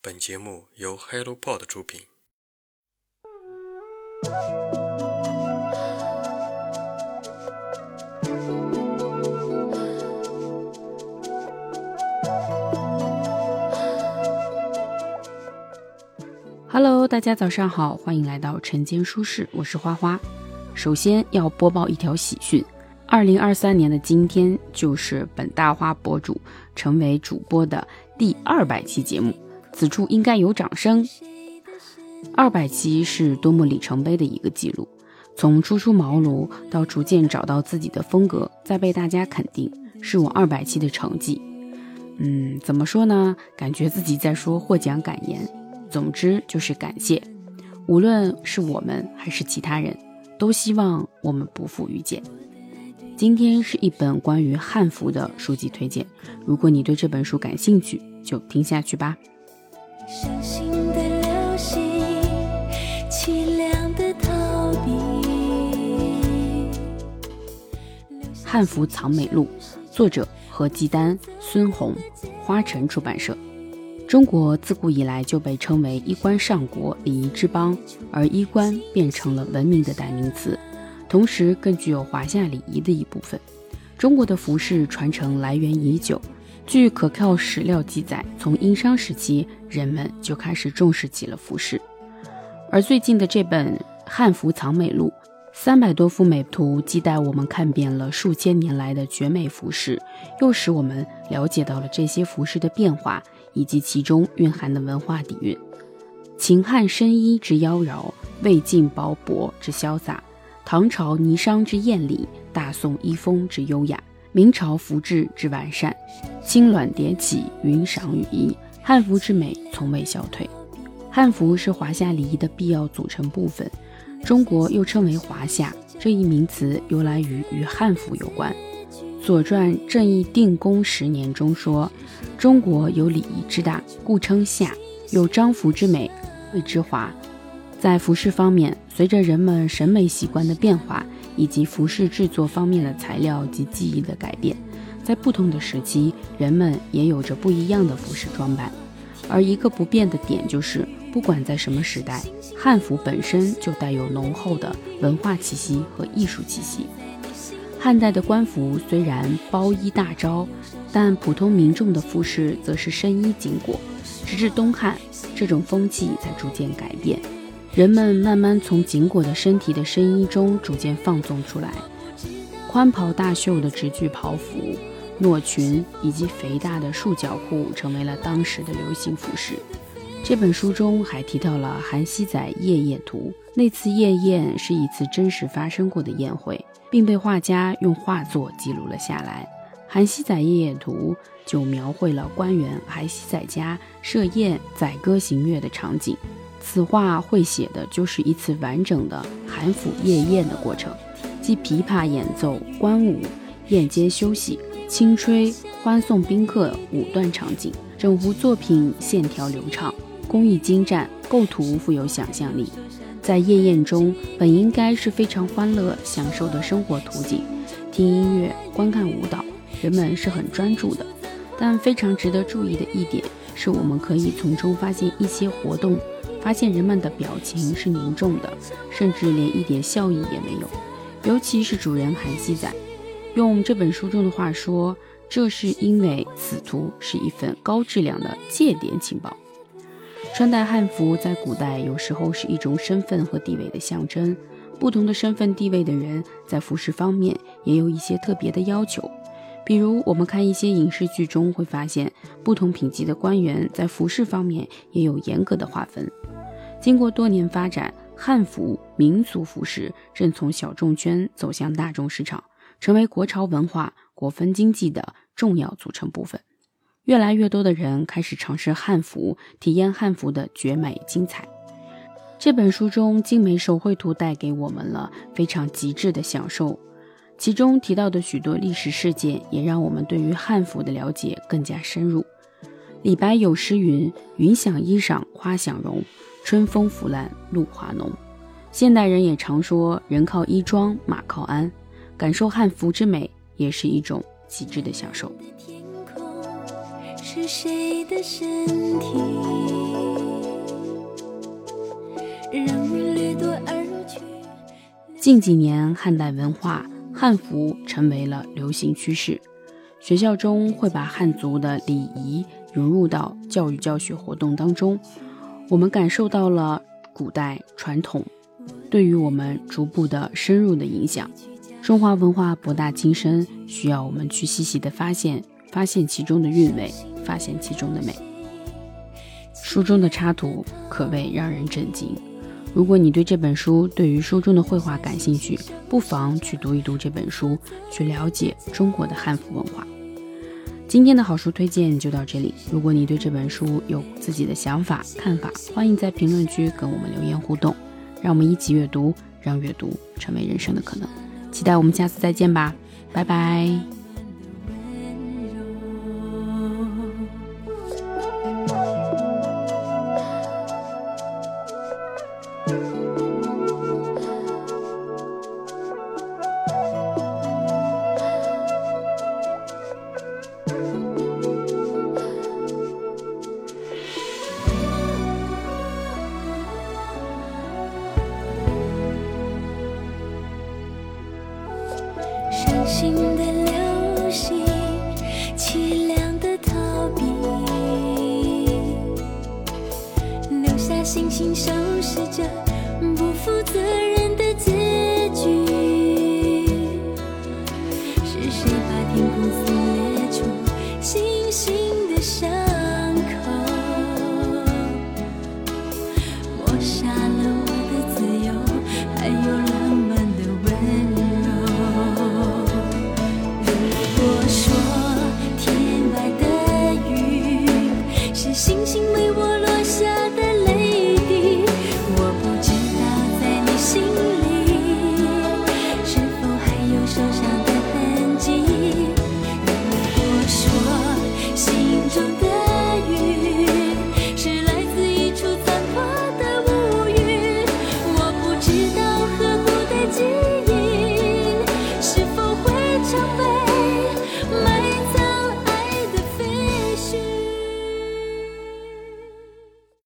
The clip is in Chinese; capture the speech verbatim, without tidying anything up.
本节目由 HelloPod 出品。 Hello， 大家早上好，欢迎来到晨间书室，我是花花。首先要播报一条喜讯，二零二三年的今天就是本大花博主成为主播的第二百期节目，此处应该有掌声。二百期是多么里程碑的一个记录，从初出茅庐到逐渐找到自己的风格，再被大家肯定，是我二百期的成绩。嗯，怎么说呢？感觉自己在说获奖感言。总之就是感谢，无论是我们还是其他人，都希望我们不负遇见。今天是一本关于汉服的书籍推荐，如果你对这本书感兴趣，就听下去吧。 伤心的流星，凄凉的逃避。 汉服藏美录，作者何继丹、孙红，花城出版社。中国自古以来就被称为衣冠上国、礼仪之邦，而衣冠变成了文明的代名词，同时更具有华夏礼仪的一部分。中国的服饰传承来源已久，据可靠史料记载，从殷商时期人们就开始重视起了服饰。而最近的这本《汉服藏美录》，三百多幅美图既带我们看遍了数千年来的绝美服饰，又使我们了解到了这些服饰的变化以及其中蕴含的文化底蕴。秦汉深衣之妖娆，魏晋薄帛之潇洒，唐朝霓裳之艳丽，大宋衣风之优雅，明朝服制之完善，轻卵叠起，云裳羽衣，汉服之美从未消退。汉服是华夏礼仪的必要组成部分，中国又称为华夏，这一名词由来于与汉服有关。左传正义定公十年中说，中国有礼仪之大，故称夏，有章服之美，谓之华。在服饰方面，随着人们审美习惯的变化，以及服饰制作方面的材料及技艺的改变，在不同的时期，人们也有着不一样的服饰装扮。而一个不变的点就是，不管在什么时代，汉服本身就带有浓厚的文化气息和艺术气息。汉代的官服虽然包衣大招，但普通民众的服饰则是深衣紧裹。直至东汉，这种风气才逐渐改变，人们慢慢从紧裹的身体的深衣中逐渐放纵出来，宽袍大袖的直裾袍服、诺裙以及肥大的束脚裤成为了当时的流行服饰。这本书中还提到了韩熙载夜宴图，那次夜宴是一次真实发生过的宴会，并被画家用画作记录了下来。韩熙载夜宴图就描绘了官员韩熙载家设宴载歌行乐的场景，此画绘写的就是一次完整的韩府夜宴的过程，即琵琶演奏、官舞、宴间休息、轻吹、欢送宾客五段场景。整幅作品线条流畅，工艺精湛，构图富有想象力。在夜宴中，本应该是非常欢乐享受的生活图景，听音乐、观看舞蹈，人们是很专注的。但非常值得注意的一点是，我们可以从中发现一些活动，发现人们的表情是凝重的，甚至连一点笑意也没有。尤其是主人韩熙载，用这本书中的话说，这是因为此图是一份高质量的界点情报。穿戴汉服在古代有时候是一种身份和地位的象征，不同的身份地位的人在服饰方面也有一些特别的要求。比如我们看一些影视剧中会发现，不同品级的官员在服饰方面也有严格的划分。经过多年发展，汉服民族服饰正从小众圈走向大众市场，成为国潮文化、国分经济的重要组成部分。越来越多的人开始尝试汉服，体验汉服的绝美精彩。这本书中精美手绘图带给我们了非常极致的享受，其中提到的许多历史事件也让我们对于汉服的了解更加深入。李白有诗云：云想衣裳花想容，春风拂槛露华浓。现代人也常说人靠衣装马靠鞍，感受汉服之美也是一种极致的享受。 是谁的身体？ 近几年，汉代文化汉服成为了流行趋势，学校中会把汉族的礼仪融入到教育教学活动当中，我们感受到了古代传统对于我们逐步的深入的影响。中华文化博大精深，需要我们去细细的发现，发现其中的韵味，发现其中的美。书中的插图可谓让人震惊，如果你对这本书，对于书中的绘画感兴趣，不妨去读一读这本书，去了解中国的汉服文化。今天的好书推荐就到这里，如果你对这本书有自己的想法看法，欢迎在评论区跟我们留言互动，让我们一起阅读，让阅读成为人生的可能。期待我们下次再见吧，拜拜。 伤心的流星，凄凉的逃避，留下星星收拾着不负责任